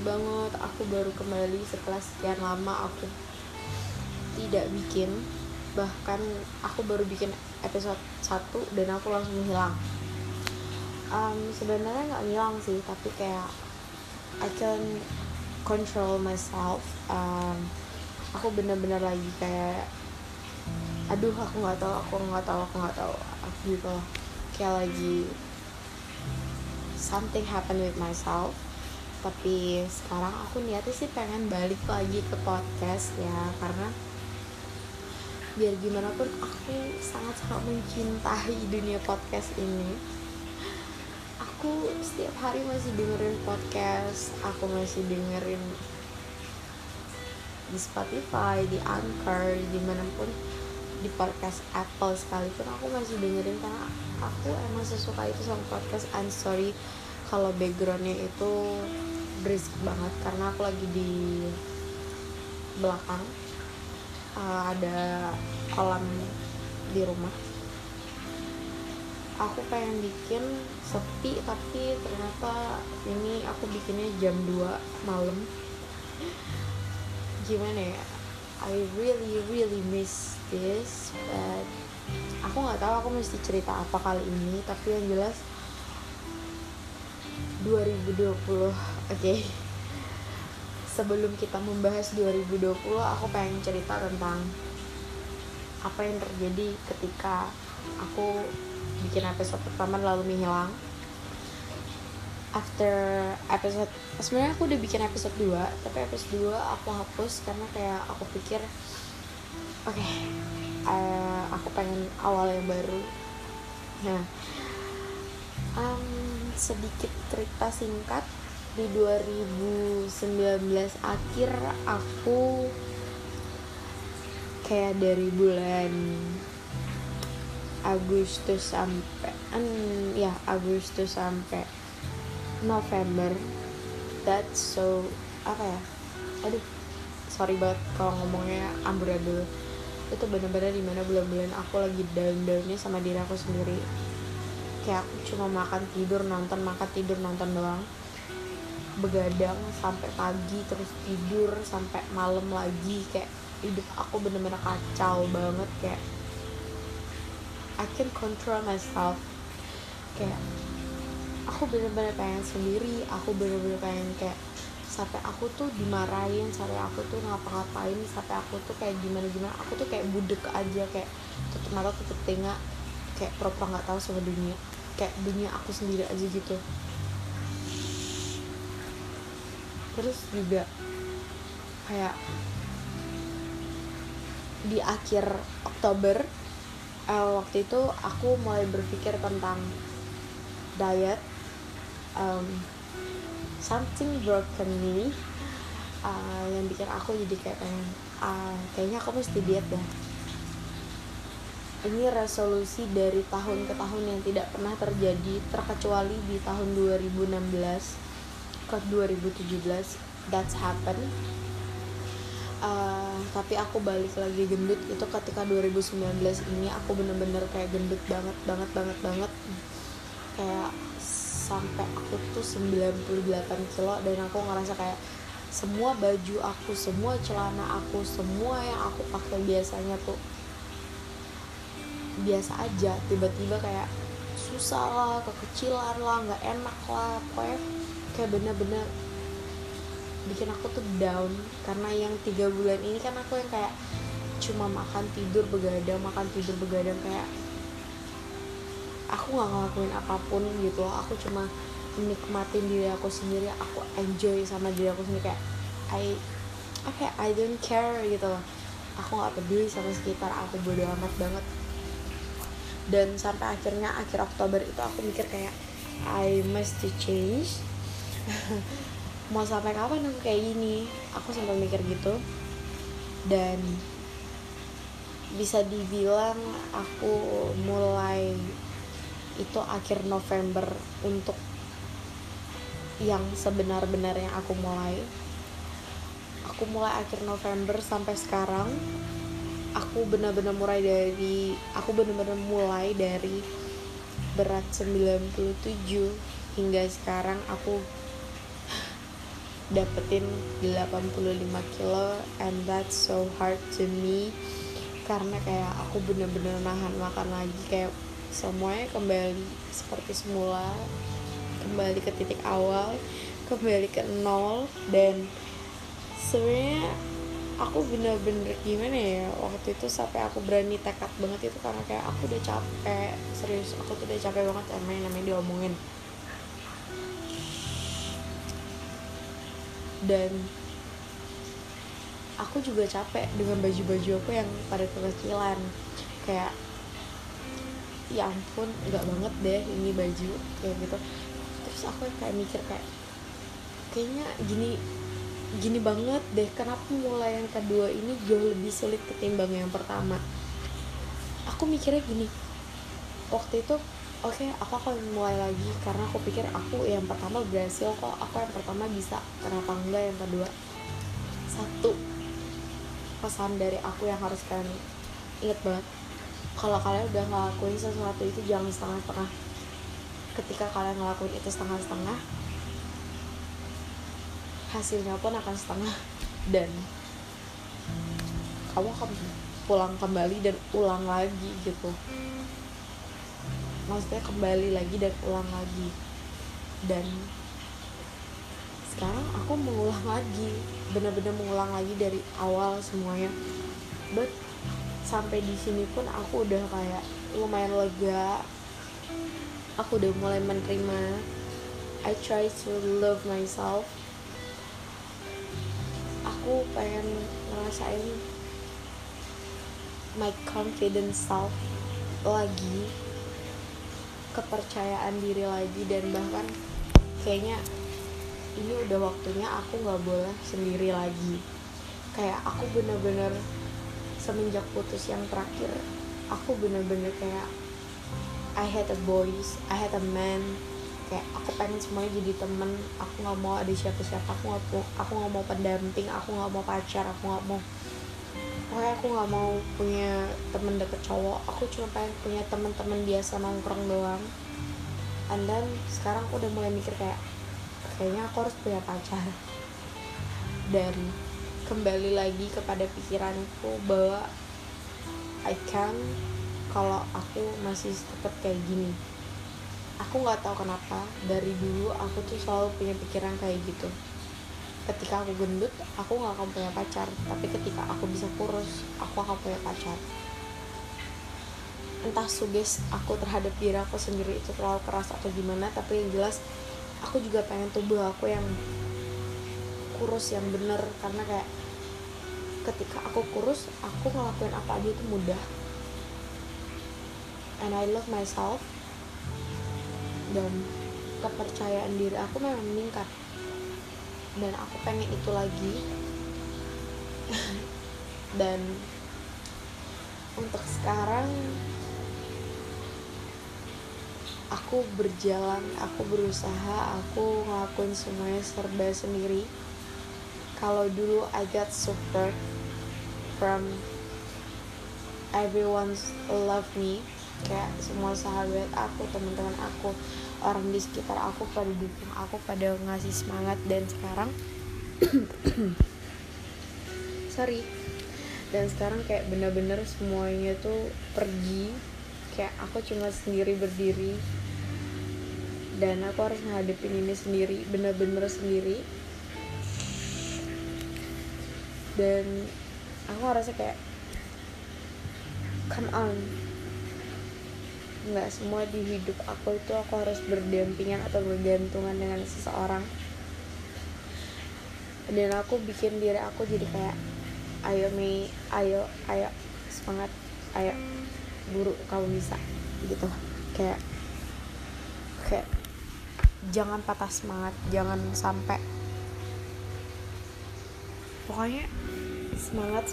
banget aku baru kembali setelah sekian lama aku tidak bikin. Bahkan aku baru bikin episode 1 dan aku langsung hilang. Sebenarnya nggak ngilang sih, tapi kayak I can control myself. Aku benar-benar lagi kayak aduh aku nggak tahu gitu, kayak lagi something happen with myself. Tapi sekarang aku niatnya sih pengen balik lagi ke podcast ya, karena biar gimana pun aku sangat-sangat mencintai dunia podcast ini. Aku setiap hari masih dengerin podcast, aku masih dengerin di Spotify, di Anchor, dimanapun, di podcast Apple sekalipun aku masih dengerin karena aku emang sesuka itu sama podcast. I'm sorry kalau backgroundnya itu berisik banget karena aku lagi di belakang ada kolam di rumah. Aku pengen bikin sepi, tapi ternyata ini aku bikinnya jam 2 malam. Gimana ya, I really miss this, but aku nggak tahu aku mesti cerita apa kali ini. Tapi yang jelas 2020, okay. Sebelum kita membahas 2020, aku pengen cerita tentang apa yang terjadi ketika aku bikin episode pertama lalu menghilang. After episode, sebenarnya aku udah bikin episode 2, tapi episode 2 aku hapus karena kayak aku pikir aku pengen awal yang baru. Nah, sedikit cerita singkat, di 2019 akhir aku kayak dari bulan Agustus sampai November, that's so sorry banget kalau ngomongnya amburadul. Itu benar-benar dimana bulan-bulan aku lagi down-downnya sama diri aku sendiri. Kayak aku cuma makan tidur nonton doang, begadang sampai pagi, terus tidur sampai malam lagi. Kayak hidup aku benar-benar kacau banget. Kayak I can control myself. Kayak aku benar-benar pengen sendiri, aku benar-benar pengen kayak sampai aku tuh dimarahin, sampai aku tuh ngapa-ngapain, sampai aku tuh kayak gimana, aku tuh kayak budek aja, kayak tutup mata tutup telinga, kayak pura-pura nggak tahu sama dunia, kayak dunia aku sendiri aja gitu. Terus juga kayak di akhir Oktober waktu itu aku mulai berpikir tentang diet. Something broken me yang bikin aku jadi kayak pengen kayaknya aku mesti diet deh. Ini resolusi dari tahun ke tahun yang tidak pernah terjadi, terkecuali di tahun 2016 ke 2017 that's happen. Tapi aku balik lagi gendut itu ketika 2019 ini. Aku bener-bener kayak gendut banget, kayak sampai aku tuh 98 kilo, dan aku ngerasa kayak semua baju aku, semua celana aku, semua yang aku pakai biasanya tuh biasa aja, tiba-tiba kayak susah lah, kekecilan lah, nggak enak lah, pokoknya kayak bener-bener bikin aku tuh down. Karena yang 3 bulan ini kan aku yang kayak cuma makan tidur begadang, kayak aku nggak ngelakuin apapun gitu loh. Aku cuma menikmatin diri aku sendiri, aku enjoy sama diri aku sendiri, kayak I don't care gitu loh. Aku nggak peduli sama sekitar aku, bodo amat banget. Dan sampai akhirnya akhir Oktober itu aku mikir kayak I must to change. Mau sampai kapan aku kayak gini, aku sempat mikir gitu. Dan bisa dibilang aku mulai itu akhir November untuk yang sebenar-benarnya aku mulai akhir November sampai sekarang. Aku benar-benar mulai dari berat 97 hingga sekarang aku dapetin 85 kilo, and that's so hard to me karena kayak aku bener-bener nahan makan lagi, kayak semuanya kembali seperti semula, kembali ke titik awal, kembali ke nol. Dan sebenarnya aku bener-bener gimana ya, waktu itu sampai aku berani tekad banget itu karena kayak aku udah capek, serius aku tuh udah capek banget sama yang namanya diomongin. Dan aku juga capek dengan baju-baju aku yang pada kekecilan, kayak ya ampun enggak banget deh ini baju kayak gitu. Terus aku kayak mikir kayak kayaknya gini banget deh, kenapa mulai yang kedua ini jauh lebih sulit ketimbang yang pertama. Aku mikirnya gini waktu itu, oke, aku akan mulai lagi karena aku pikir aku yang pertama berhasil kok, aku yang pertama bisa, kenapa enggak yang kedua. Satu pesan dari aku yang harus kalian inget banget, kalau kalian udah ngelakuin sesuatu itu jangan setengah-setengah. Ketika kalian ngelakuin itu setengah-setengah, hasilnya pun akan setengah, dan kamu akan pulang kembali dan ulang lagi gitu. Maksudnya kembali lagi dan ulang lagi. Dan sekarang aku mengulang lagi, benar-benar mengulang lagi dari awal semuanya. But sampai di sini pun aku udah kayak lumayan lega. Aku udah mulai menerima. I try to love myself. Aku pengen ngerasain my confident self lagi, kepercayaan diri lagi, dan bahkan kayaknya ini udah waktunya aku gak boleh sendiri lagi. Kayak aku bener-bener semenjak putus yang terakhir, aku bener-bener kayak I had a boys, I had a man. Kayak aku pengen semuanya jadi temen. Aku gak mau ada siapa-siapa, aku gak mau pendamping, aku gak mau pacar, pokoknya aku gak mau punya temen deket cowok. Aku cuma pengen punya temen-temen biasa nongkrong doang. And then sekarang aku udah mulai mikir kayak kayaknya aku harus punya pacar. Dan kembali lagi kepada pikiranku bahwa I can, kalau aku masih tetap kayak gini. Aku gak tahu kenapa dari dulu aku tuh selalu punya pikiran kayak gitu. Ketika aku gendut, aku gak akan punya pacar. Tapi ketika aku bisa kurus, aku akan punya pacar. Entah suges aku terhadap diri aku sendiri itu terlalu keras atau gimana, tapi yang jelas aku juga pengen tubuh aku yang kurus yang bener. Karena kayak ketika aku kurus, aku ngelakuin apa aja itu mudah. And I love myself. Dan kepercayaan diri aku memang meningkat. Dan aku pengen itu lagi. Dan untuk sekarang aku berjalan, aku berusaha, aku ngelakuin semuanya serba sendiri. Kalau dulu I got support from everyone's love me, kayak semua sahabat aku, teman-teman aku, orang di sekitar aku pada dukung aku, pada ngasih semangat. Dan sekarang dan sekarang kayak bener-bener semuanya tuh pergi, kayak aku cuma sendiri berdiri, dan aku harus ngadepin ini sendiri, bener-bener sendiri. Dan aku ngerasa kayak come on, nggak semua di hidup aku itu aku harus berdampingan atau bergantungan dengan seseorang. Dan aku bikin diri aku jadi kayak ayo semangat, ayo buru, kamu bisa gitu. Kayak jangan patah semangat, jangan sampai, pokoknya semangat.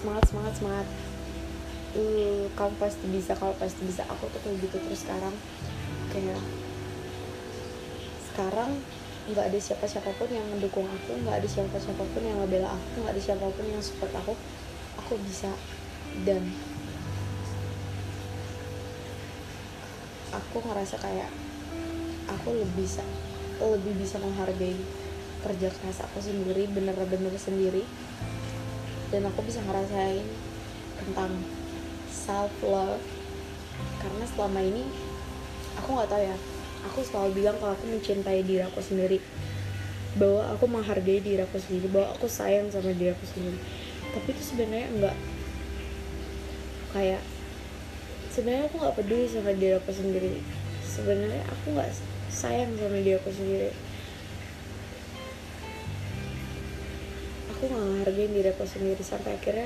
Kamu pasti bisa. Aku tuh kayak gitu terus sekarang. Kayak sekarang nggak ada siapa-siapapun yang mendukung aku, nggak ada siapa-siapapun yang ngebela aku, nggak ada siapapun yang support aku bisa. Dan aku ngerasa kayak aku lebih bisa menghargai kerja keras aku sendiri, bener-bener sendiri, dan aku bisa ngerasain tentang self love. Karena selama ini aku nggak tahu ya, aku selalu bilang kalau aku mencintai diri aku sendiri, bahwa aku menghargai diri aku sendiri, bahwa aku sayang sama diri aku sendiri. Tapi itu sebenarnya enggak, kayak sebenarnya aku nggak peduli sama diri aku sendiri. Sebenarnya aku nggak sayang sama diri aku sendiri. Aku nggak menghargai diri aku sendiri sampai akhirnya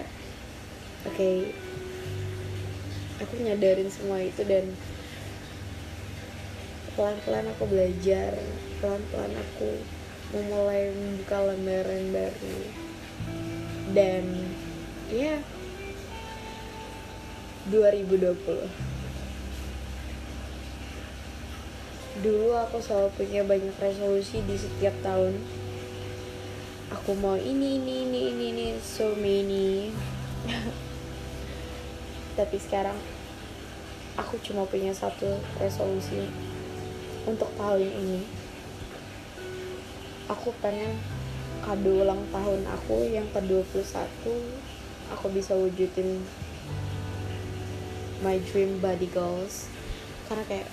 aku nyadarin semua itu, dan pelan-pelan aku belajar, pelan-pelan aku memulai membuka lembaran baru. Dan ya 2020 dulu aku selalu punya banyak resolusi di setiap tahun. Aku mau ini so many. Tapi sekarang aku cuma punya satu resolusi untuk tahun ini. Aku pengen kado ulang tahun aku yang ke-21 aku bisa wujudin my dream body goals. Karena kayak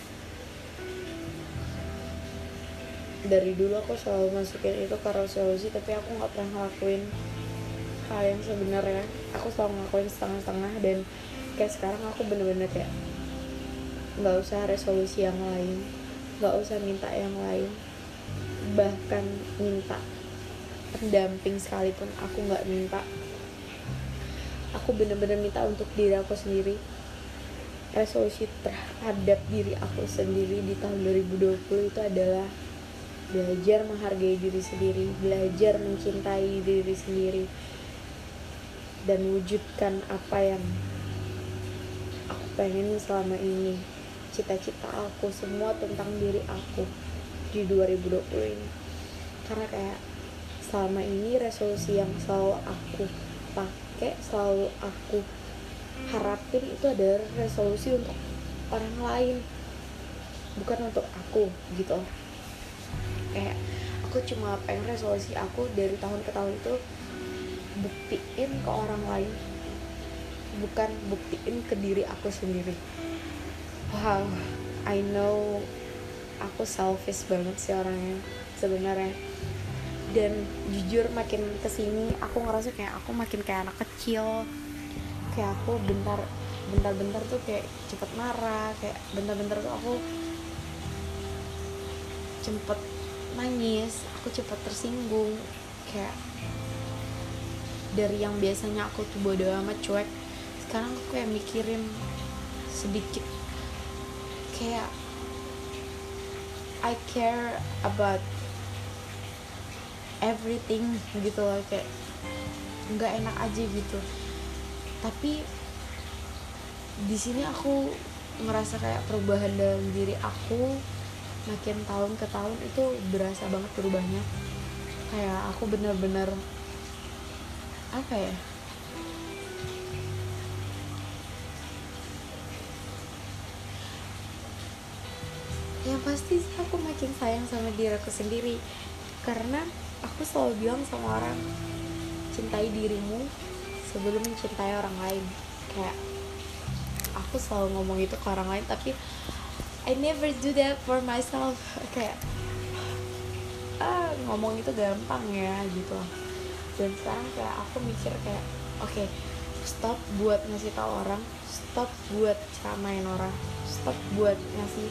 dari dulu aku selalu masukin itu ke resolusi, tapi aku nggak pernah ngelakuin hal yang sebenarnya. Aku selalu ngelakuin setengah-setengah, dan kayak sekarang aku bener-bener kayak nggak usah resolusi yang lain, nggak usah minta yang lain, bahkan minta pendamping sekalipun aku nggak minta. Aku bener-bener minta untuk diri aku sendiri. Resolusi terhadap diri aku sendiri di tahun 2020 itu adalah belajar menghargai diri sendiri, belajar mencintai diri sendiri, dan wujudkan apa yang aku pengen selama ini. Cita-cita aku semua tentang diri aku di 2020 ini. Karena kayak selama ini resolusi yang selalu aku pakai, selalu aku harapin itu adalah resolusi untuk orang lain, bukan untuk aku gitu. Kayak aku cuma pengen resolusi aku dari tahun ke tahun itu buktiin ke orang lain, bukan buktiin ke diri aku sendiri. Wow, I know aku selfish banget sih orangnya sebenarnya. Dan jujur makin kesini aku ngerasa kayak aku makin kayak anak kecil. Kayak aku bentar-bentar tuh kayak cepet marah, kayak bentar-bentar tuh aku cepet nangis, aku cepet tersinggung. Kayak dari yang biasanya aku tuh bodo amat cuek, sekarang aku kayak mikirin sedikit, kayak I care about everything gitu loh. Kayak nggak enak aja gitu. Tapi di sini aku ngerasa kayak perubahan dalam diri aku makin tahun ke tahun itu berasa banget berubahnya. Kayak aku bener-bener apa ya, yang pasti sih aku makin sayang sama diri aku sendiri. Karena aku selalu bilang sama orang, cintai dirimu sebelum mencintai orang lain. Kayak aku selalu ngomong itu ke orang lain, tapi I never do that for myself. Kayak ngomong itu gampang ya gitu. Dan sekarang kayak aku mikir kayak oke, stop buat ngasih tahu orang, stop buat ceramain orang, stop buat ngasih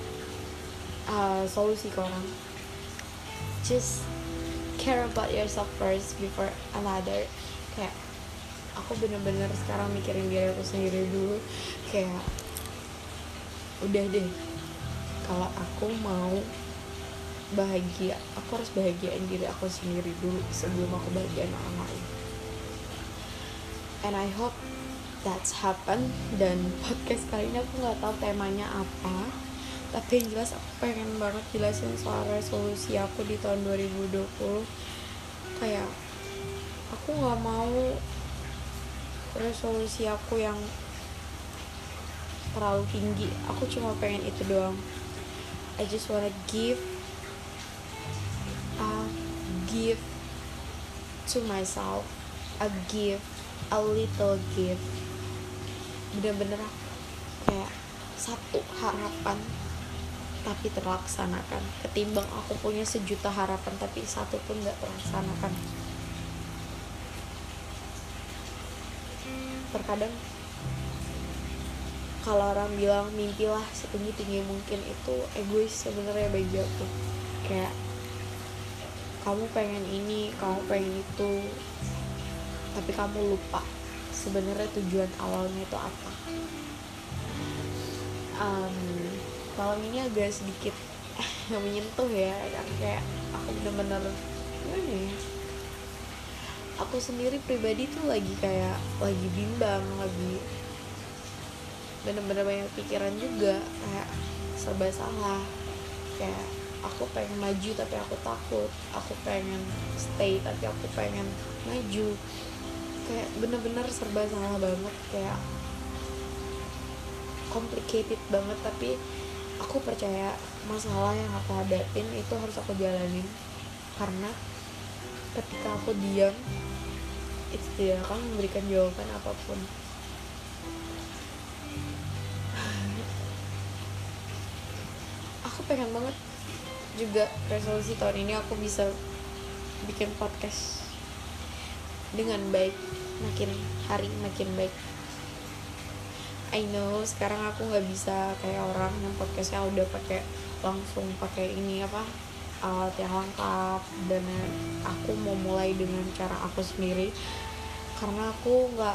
solusi ke orang. Just care about yourself first before another. Kayak aku bener-bener sekarang mikirin diri aku sendiri dulu. Kayak udah deh, kalau aku mau bahagia, aku harus bahagiain diri aku sendiri dulu sebelum aku bahagiain orang lain. And I hope that's happen. Dan podcast kali ini aku gak tahu temanya apa, tapi yang jelas aku pengen banget jelasin soal resolusi aku di tahun 2020. Kayak aku gak mau resolusi aku yang terlalu tinggi. Aku cuma pengen itu doang. I just wanna give give to myself a gift, a little gift, bener-bener kayak satu harapan tapi terlaksanakan, ketimbang aku punya 1.000.000 harapan tapi satu pun gak terlaksanakan. Terkadang kalau orang bilang mimpilah setinggi-tinggi mungkin, itu egois sebenarnya bagi aku. Kayak kamu pengen ini, kamu pengen itu, tapi kamu lupa sebenarnya tujuan awalnya itu apa. Malam ini agak sedikit menyentuh ya, kan kayak aku bener-bener gimana ya, aku sendiri pribadi tuh lagi bimbang, lagi bener-bener banyak pikiran juga, kayak serba salah. Kayak aku pengen maju tapi aku takut, aku pengen stay tapi aku pengen maju, kayak bener-bener serba salah banget, kayak complicated banget. Tapi aku percaya masalah yang aku hadapin itu harus aku jalanin, karena ketika aku diam itu tidak akan memberikan jawaban apapun. Aku pengen banget juga resolusi tahun ini aku bisa bikin podcast dengan baik, makin hari makin baik. I know sekarang aku nggak bisa kayak orang yang podcastnya udah langsung pakai ini alat yang lengkap, dan aku mau mulai dengan cara aku sendiri, karena aku nggak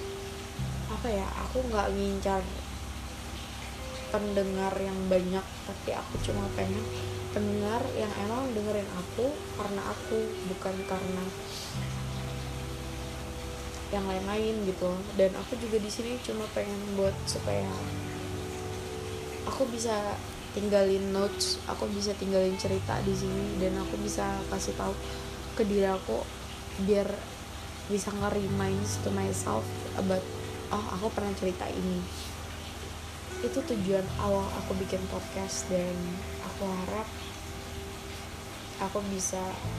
ngincar pendengar yang banyak, tapi aku cuma pengen pendengar yang emang dengerin aku karena aku, bukan karena yang lain-lain gitu. Dan aku juga di sini cuma pengen buat supaya aku bisa tinggalin notes, aku bisa tinggalin cerita di sini, dan aku bisa kasih tahu ke diri aku biar bisa nge-reminds to myself about aku pernah cerita ini. Itu tujuan awal aku bikin podcast, dan aku harap aku bisa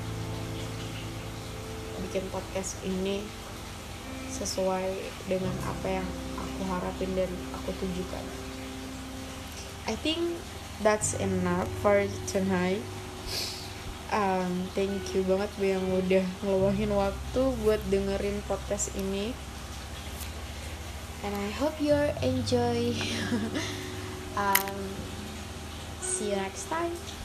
bikin podcast ini sesuai dengan apa yang aku harapin dan aku tujukan. I think that's enough for tonight. Thank you banget yang udah ngeluangin waktu buat dengerin podcast ini. And I hope you enjoy. See you next time.